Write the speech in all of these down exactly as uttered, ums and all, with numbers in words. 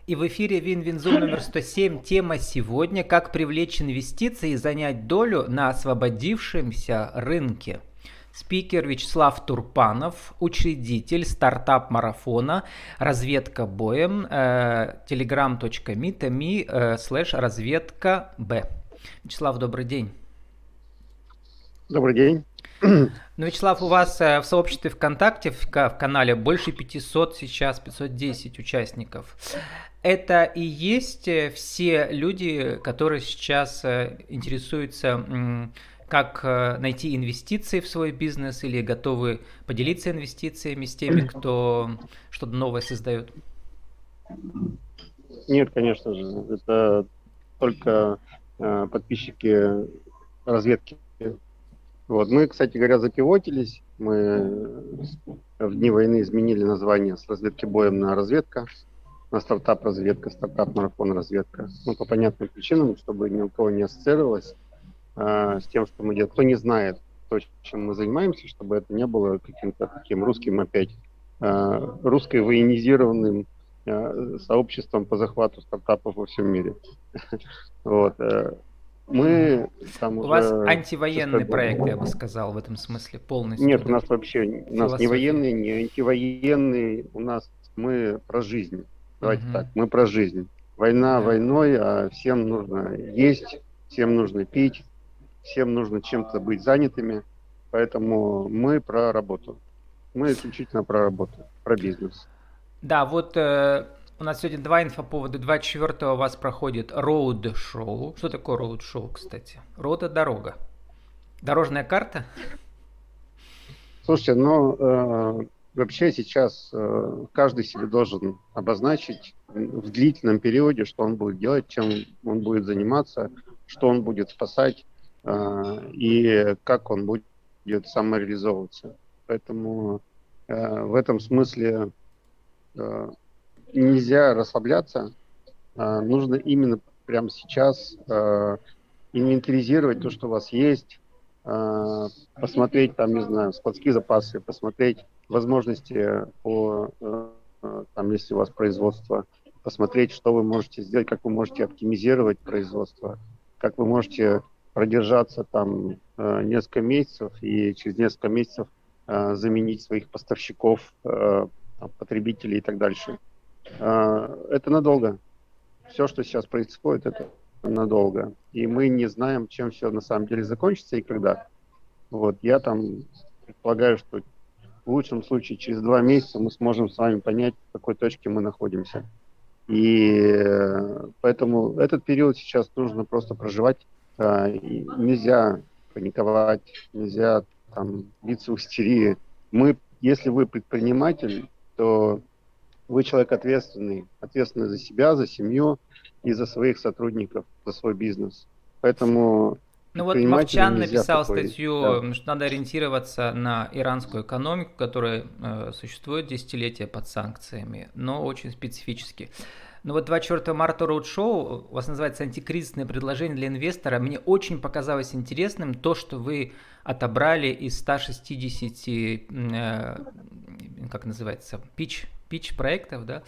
И в эфире Винвинзум номер сто семь. Тема сегодня: как привлечь инвестиции и занять долю на освободившемся рынке. Спикер Вячеслав Турпанов, учредитель стартап-марафона «Разведка боем», telegram точка me, me слэш разведка б. Вячеслав, добрый день. Добрый день. Ну, Вячеслав, у вас в сообществе ВКонтакте, в канале, больше пятисот сейчас, пятьсот десять участников. Это и есть все люди, которые сейчас интересуются, как найти инвестиции в свой бизнес, или готовы поделиться инвестициями с теми, кто что-то новое создает? Нет, конечно же, это только э, подписчики разведки. Вот. Мы, кстати говоря, запивотились. Мы в дни войны изменили название с разведки боем на разведка, на стартап-разведка, стартап-марафон-разведка. Ну, по понятным причинам, чтобы ни у кого не ассоциировалось э, с тем, что мы делаем. Кто не знает, то, чем мы занимаемся, чтобы это не было каким-то таким русским опять, э, русско военизированным э, сообществом по захвату стартапов во всем мире. Вот. Мы там У уже... вас антивоенный проект, я бы сказал, в этом смысле полностью. Нет, у нас вообще, у нас не военный, не антивоенный, у нас мы про жизнь. Давайте угу. так, мы про жизнь. Война да. войной, а всем нужно есть, всем нужно пить, всем нужно чем-то быть занятыми. Поэтому мы про работу. Мы исключительно про работу, про бизнес. Да, вот э, у нас сегодня два инфоповода. двадцать четвёртого у вас проходит роуд-шоу. Что такое роуд-шоу, кстати? Роуд – это дорога. Дорожная карта? Слушайте, ну, э, вообще сейчас э, каждый себе должен обозначить в длительном периоде, что он будет делать, чем он будет заниматься, что он будет спасать э, и как он будет самореализовываться. Поэтому э, в этом смысле э, нельзя расслабляться, э, нужно именно прямо сейчас э, инвентаризировать то, что у вас есть, посмотреть там, не знаю, складские запасы, посмотреть возможности по, там, если у вас производство, посмотреть, что вы можете сделать, как вы можете оптимизировать производство, как вы можете продержаться там несколько месяцев и через несколько месяцев заменить своих поставщиков, потребителей и так дальше. Это надолго. Все, что сейчас происходит, это надолго. И мы не знаем, чем все на самом деле закончится и когда. Вот, я там предполагаю, что в лучшем случае через два месяца мы сможем с вами понять, в какой точке мы находимся. И поэтому этот период сейчас нужно просто проживать. И нельзя паниковать, нельзя там биться в истерии. Мы, если вы предприниматель, то вы человек ответственный, ответственный за себя, за семью и за своих сотрудников, за свой бизнес. Поэтому... Ну вот Мовчан написал такой, статью, да. что надо ориентироваться на иранскую экономику, которая э, существует десятилетия под санкциями, но очень специфически. Но вот двадцать четвёртого марта роуд-шоу, у вас называется «Антикризисное предложение для инвестора». Мне очень показалось интересным то, что вы отобрали из ста шестидесяти, э, как называется, pitch, pitch проектов, да,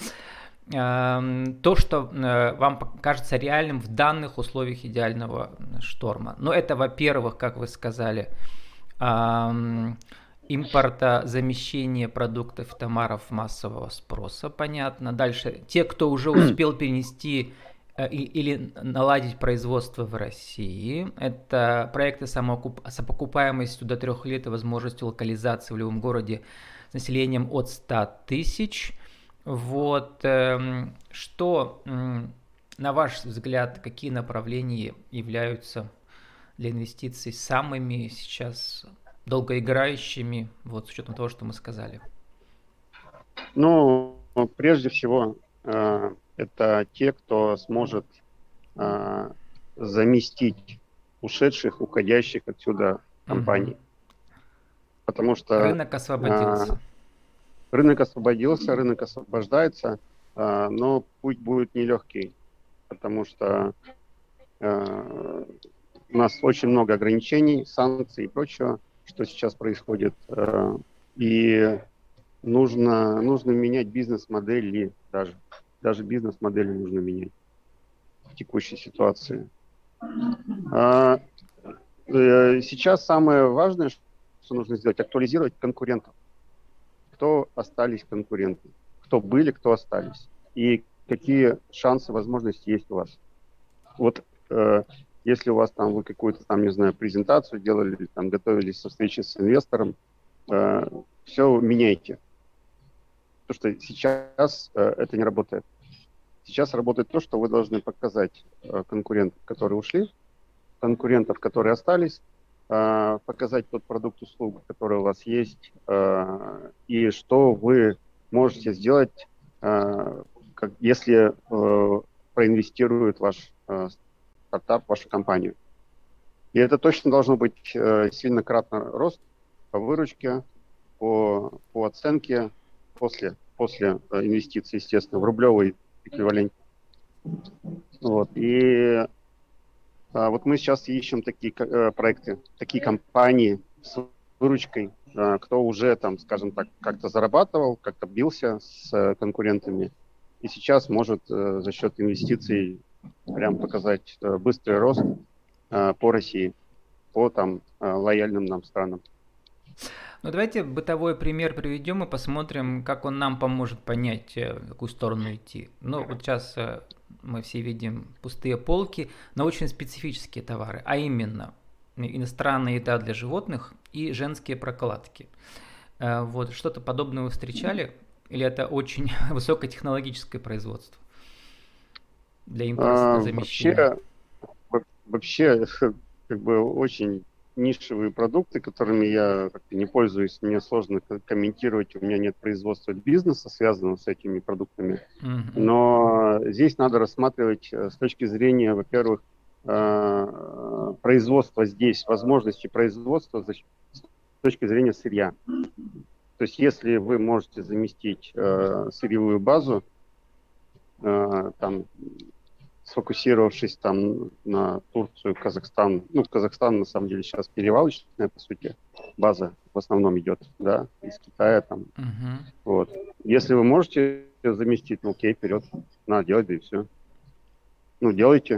то, что вам кажется реальным в данных условиях идеального шторма. Но это, во-первых, как вы сказали, импортозамещение продуктов и товаров массового спроса, понятно. Дальше, те, кто уже успел перенести или наладить производство в России, это проекты с окупаемостью до трех лет и возможностью локализации в любом городе с населением от ста тысяч. Вот, э, что, э, на ваш взгляд, какие направления являются для инвестиций самыми сейчас долгоиграющими, вот, с учетом того, что мы сказали? Ну, прежде всего, э, это те, кто сможет э, заместить ушедших, уходящих отсюда компаний. Угу. Потому что... Рынок освободился. Э, Рынок освободился, рынок освобождается, но путь будет нелегкий, потому что у нас очень много ограничений, санкций и прочего, что сейчас происходит. И нужно, нужно менять бизнес-модели даже. даже бизнес-модели нужно менять в текущей ситуации. А, э, сейчас самое важное, что нужно сделать, актуализировать конкурентов. Кто остались конкуренты, кто были, кто остались, и какие шансы, возможности есть у вас. Вот э, если у вас там вы какую-то там, не знаю, презентацию делали, там готовились со встречи с инвестором, э, все меняйте. Потому что сейчас э, это не работает. Сейчас работает то, что вы должны показать э, конкурентов, которые ушли, конкурентов, которые остались, э, показать тот продукт, услугу, который у вас есть, э, и что вы можете сделать, э, как, если э, проинвестирует ваш э, стартап, вашу компанию. И это точно должно быть э, сильно кратно рост по выручке, по, по оценке после, после э, инвестиций, естественно, в рублевый эквивалент. Вот. И а, вот мы сейчас ищем такие э, проекты, такие компании с выручкой, э, кто уже там, скажем так, как-то зарабатывал, как-то бился с э, конкурентами, и сейчас может э, за счет инвестиций прям показать э, быстрый рост э, по России, по там э, лояльным нам странам. Ну, давайте бытовой пример приведем и посмотрим, как он нам поможет понять, в какую сторону идти. Ну, вот сейчас мы все видим пустые полки на очень специфические товары, а именно иностранная еда для животных и женские прокладки. Вот, что-то подобное вы встречали? Или это очень высокотехнологическое производство для импортозамещения? Вообще, вообще, как бы очень нишевые продукты, которыми я как-то не пользуюсь, мне сложно комментировать, у меня нет производства бизнеса, связанного с этими продуктами. Mm-hmm. Но здесь надо рассматривать с точки зрения, во-первых, производства здесь, возможности производства с точки зрения сырья. То есть если вы можете заместить сырьевую базу, там, сфокусировавшись там на Турцию, Казахстан. Ну, Казахстан, на самом деле, сейчас перевалочная, по сути, база в основном идет, да, из Китая там. Uh-huh. Вот. Если вы можете заместить, ну, окей, вперед, надо делать, да и все. Ну, делайте.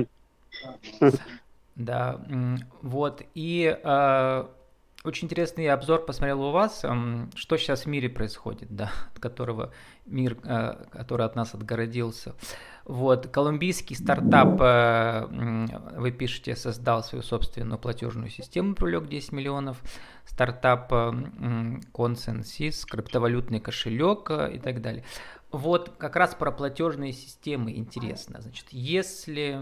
Да, вот, и э, очень интересный обзор посмотрел у вас, э, что сейчас в мире происходит, да, от которого мир, э, который от нас отгородился. Вот, колумбийский стартап, вы пишете, создал свою собственную платежную систему, привлек десять миллионов. Стартап Consensys, криптовалютный кошелек и так далее. Вот как раз про платежные системы интересно. Значит, если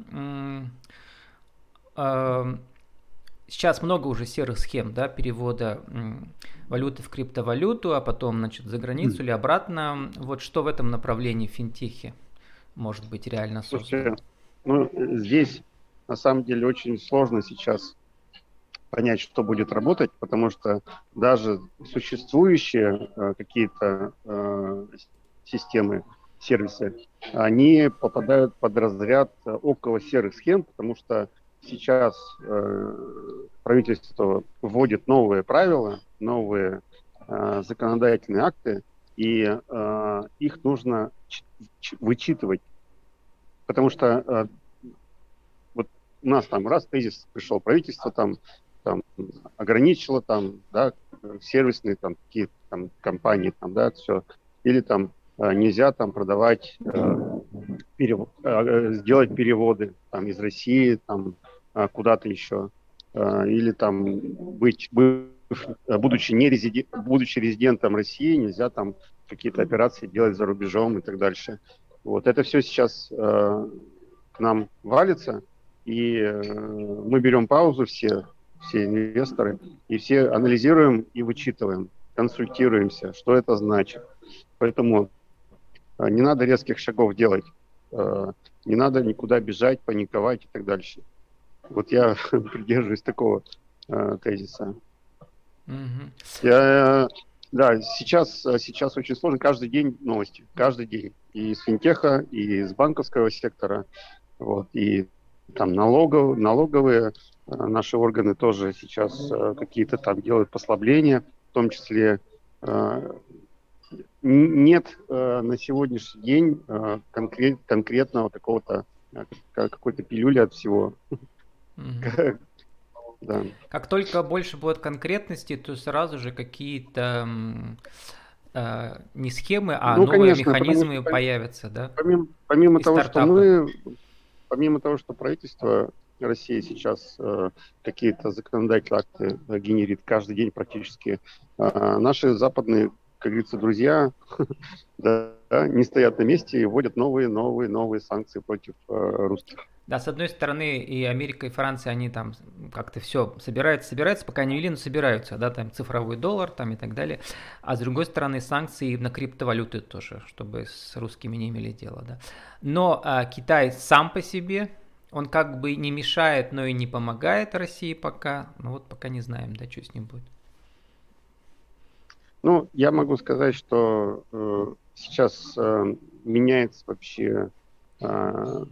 э, сейчас много уже серых схем, да, перевода валюты в криптовалюту, а потом, значит, за границу mm. или обратно. Вот что в этом направлении в финтехе может быть реально создано? Слушайте, ну, здесь на самом деле очень сложно сейчас понять, что будет работать, потому что даже существующие э, какие-то э, системы, сервисы, они попадают под разряд около серых схем, потому что сейчас э, правительство вводит новые правила, новые э, законодательные акты, и э, их нужно ч- ч- вычитывать. Потому что э, вот у нас там раз тезис пришел, правительство там, там ограничило там, да, сервисные там какие-то там компании, там, да, все. Или там э, нельзя там продавать, э, перев... э, сделать переводы там из России там э, куда-то еще. Э, или там быть, быть будучи не резидент, будучи резидентом России, нельзя там какие-то операции делать за рубежом и так дальше. Вот это все сейчас э, к нам валится, и э, мы берем паузу все, все инвесторы, и все анализируем и вычитываем, консультируемся, что это значит. Поэтому э, не надо резких шагов делать, э, не надо никуда бежать, паниковать и так дальше. Вот я придерживаюсь такого э, тезиса. Mm-hmm. Я, да, сейчас, сейчас очень сложно. Каждый день новости. Каждый день. И из финтеха, и из банковского сектора. Вот, и там налогов, налоговые наши органы тоже сейчас какие-то там делают послабления. В том числе нет э, на сегодняшний день э, конкрет, конкретного какого-то э, какой-то пилюли от всего. Мгм. Да. Как только больше будет конкретности, то сразу же какие-то м, э, не схемы, а Ну, новые конечно, потому что механизмы пом- появятся, да, помимо, помимо и того, что стартапы. мы, помимо того, что правительство России сейчас э, какие-то законодательные акты э, генерит каждый день практически, э, наши западные, как говорится, друзья, да, да, не стоят на месте и вводят новые, новые, новые санкции против э, русских. Да, с одной стороны, и Америка, и Франция, они там как-то все собираются, собираются, пока не ввели, но собираются, да, там цифровой доллар там и так далее. А с другой стороны, санкции на криптовалюты тоже, чтобы с русскими не имели дела, да. Но а, Китай сам по себе, он как бы не мешает, но и не помогает России пока. Ну вот пока не знаем, да, что с ним будет. Ну, я могу сказать, что э, сейчас э, меняется вообще э,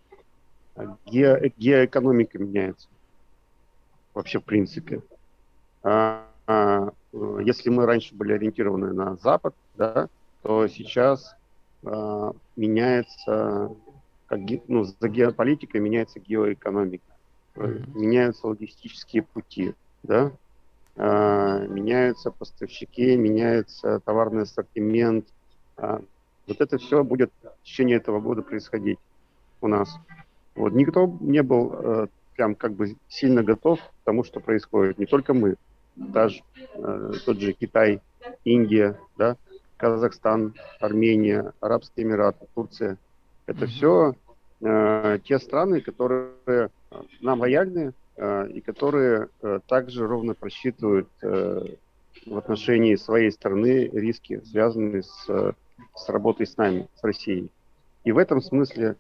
ге- геоэкономика меняется вообще в принципе. А, а, э, если мы раньше были ориентированы на Запад, да, то сейчас а, меняется, как, ге- ну, за геополитикой меняется геоэкономика, э, Мгм. меняются логистические пути, да, а, меняются поставщики, меняется товарный ассортимент. А, вот это все будет в течение этого года происходить у нас. Вот никто не был э, прям как бы сильно готов к тому, что происходит. Не только мы, даже э, тот же Китай, Индия, да, Казахстан, Армения, Арабские Эмираты, Турция. Это Мгм. все э, те страны, которые э, нам лояльны э, и которые э, также ровно просчитывают э, в отношении своей страны риски, связанные с, э, с работой с нами, с Россией. И в этом смысле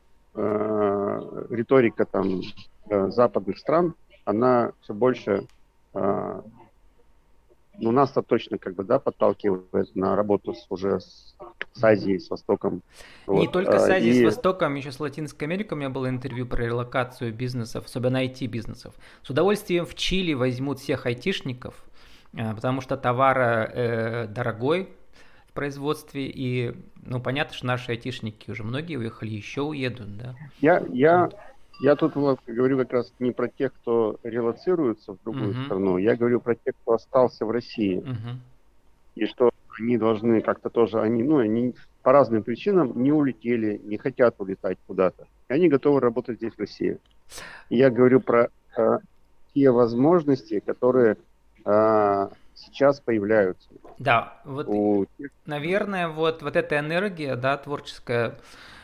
э, риторика там э, западных стран, она все больше, э, ну, нас-то точно как бы, да, подталкивает на работу с, уже с, с Мгм. Азией, с Востоком. Не Вот. только с Э, Азией, с и Востоком, еще с Латинской Америкой у меня было интервью про релокацию бизнесов, особенно ай ти-бизнесов. С удовольствием в Чили возьмут всех айтишников, э, потому что товар э, дорогой в производстве, и, ну, понятно, что наши айтишники уже многие уехали, еще уедут, да. я, я, Вот. я тут вот говорю как раз не про тех, кто релоцируется в другую Мгм. страну, я говорю про тех, кто остался в России. Мгм. И что они должны как-то тоже, они, ну, они по разным причинам не улетели, не хотят улетать куда-то. И они готовы работать здесь, в России. И я говорю про э, те возможности, которые э, сейчас появляются Да, вот, у тех. наверное, вот, вот эта энергия, да, творческая,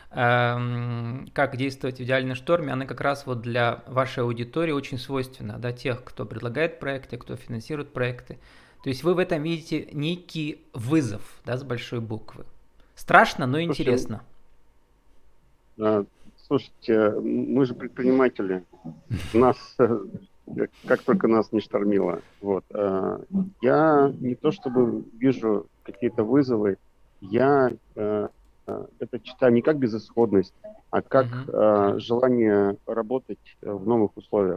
эм, как действовать в идеальном шторме, она как раз вот для вашей аудитории очень свойственна, да, тех, кто предлагает проекты, кто финансирует проекты. То есть вы в этом видите некий вызов, да, с большой буквы. Страшно, но Слушайте, интересно. э, слушайте, мы же предприниматели. Нас, э, как только нас не штормило. Вот. э, Я не то чтобы вижу какие-то вызовы, я э, э, это читаю не как безысходность, а как Мгм. э, желание работать э, в новых условиях.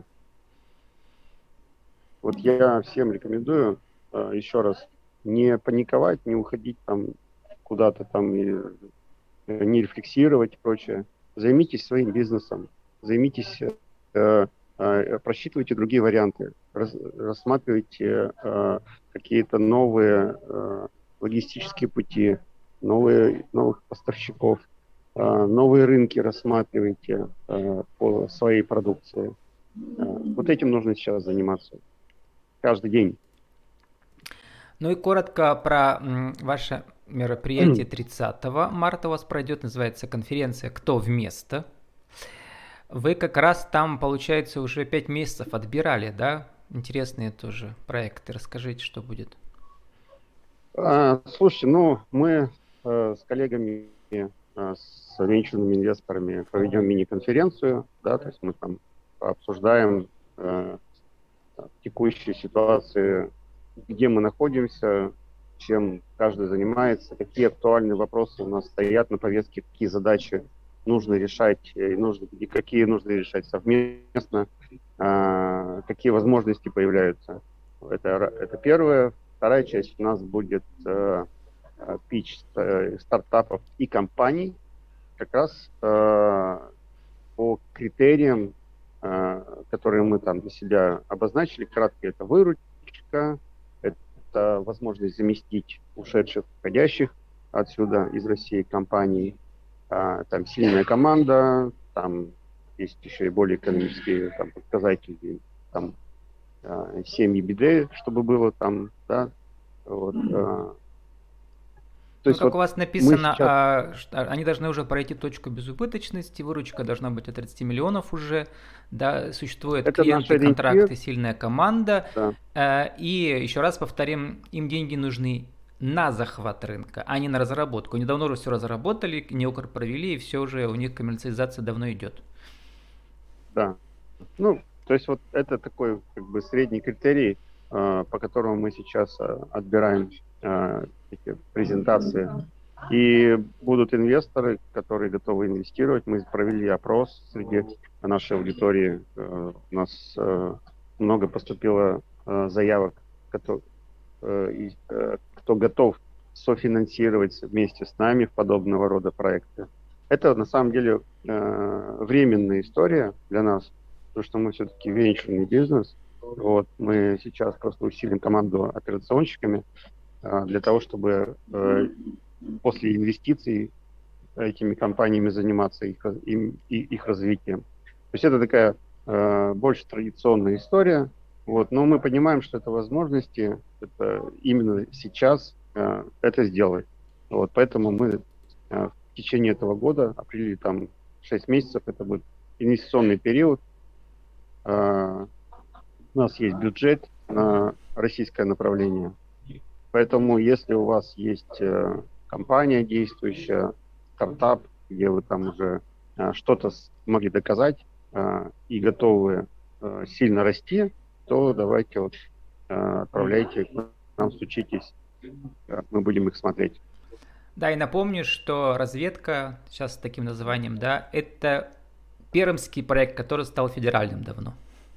Вот я всем рекомендую э, еще раз не паниковать, не уходить там куда-то там и э, не рефлексировать и прочее. Займитесь своим бизнесом, займитесь, э, э, просчитывайте другие варианты, рас- рассматривайте э, какие-то новые э, логистические пути, новые, новых поставщиков, э, новые рынки рассматривайте э, по своей продукции. Э, вот этим нужно сейчас заниматься каждый день. Ну и коротко про м, ваше мероприятие тридцатого марта у вас пройдет, называется конференция «Кто вместо?». Вы как раз там, получается, уже пять месяцев отбирали, да? Интересные тоже проекты. Расскажите, что будет. А, слушайте, ну, мы э, с коллегами, э, с венчурными инвесторами проведем мини-конференцию, да, то есть мы там обсуждаем э, текущие ситуации, где мы находимся, чем каждый занимается, какие актуальные вопросы у нас стоят на повестке, какие задачи нужно решать, и нужно, и какие нужно решать совместно, э, какие возможности появляются. Это, это первое. Вторая часть у нас будет э, пич стартапов и компаний как раз по критериям, которые мы там для себя обозначили. Кратко, это выручка, это возможность заместить ушедших, входящих отсюда из России компаний, там сильная команда, там есть еще и более экономические там, показатели, там семь и би ди, чтобы было там, да, вот. То ну, есть, как вот у вас написано, сейчас... а, что, они должны уже пройти точку безубыточности, выручка должна быть от тридцать миллионов уже, да, существуют это клиенты, контракты, сильная команда. Да. А, и еще раз повторим, им деньги нужны на захват рынка, а не на разработку. Они давно уже все разработали, неокр провели, и все уже у них коммерциализация давно идет. Да. Ну, то есть вот это такой как бы средний критерий, по которому мы сейчас отбираем эти презентации. И будут инвесторы, которые готовы инвестировать. Мы провели опрос среди нашей аудитории. У нас много поступило заявок, кто, кто готов софинансировать вместе с нами в подобного рода проекты. Это на самом деле временная история для нас, потому что мы все-таки венчурный бизнес. Вот, мы сейчас просто усилим команду операционщиками для того, чтобы э, после инвестиций этими компаниями заниматься их, им, и, их развитием. То есть это такая э, больше традиционная история, вот, но мы понимаем, что это возможности, это именно сейчас э, это сделать. Вот, поэтому мы э, в течение этого года определили там шесть месяцев, это будет инвестиционный период. Э, у нас есть бюджет на российское направление. Поэтому, если у вас есть э, компания действующая, стартап, где вы там уже э, что-то смогли доказать э, и готовы э, сильно расти, то давайте вот э, отправляйте к нам, стучитесь, э, мы будем их смотреть. Да, и напомню, что разведка, сейчас с таким названием, да, это пермский проект, который стал федеральным давно.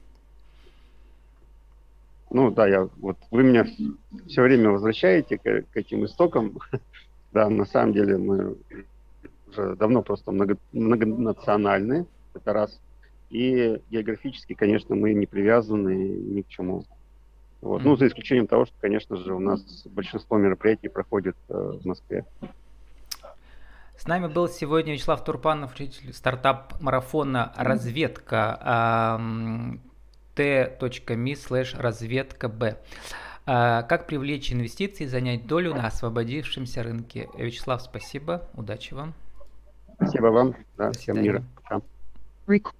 Ну да, я вот вы меня все время возвращаете к, к этим истокам. Да, на самом деле мы уже давно просто много, многонациональны, это раз. И географически, конечно, мы не привязаны ни к чему. Вот. Ну, за исключением того, что, конечно же, у нас большинство мероприятий проходит э, в Москве. С нами был сегодня Вячеслав Турпанов, учитель стартап-марафона «Разведка». t.me слэш разведка Б. Как привлечь инвестиции и занять долю на освободившемся рынке? Вячеслав, спасибо, удачи вам. Спасибо вам, да, всем мира.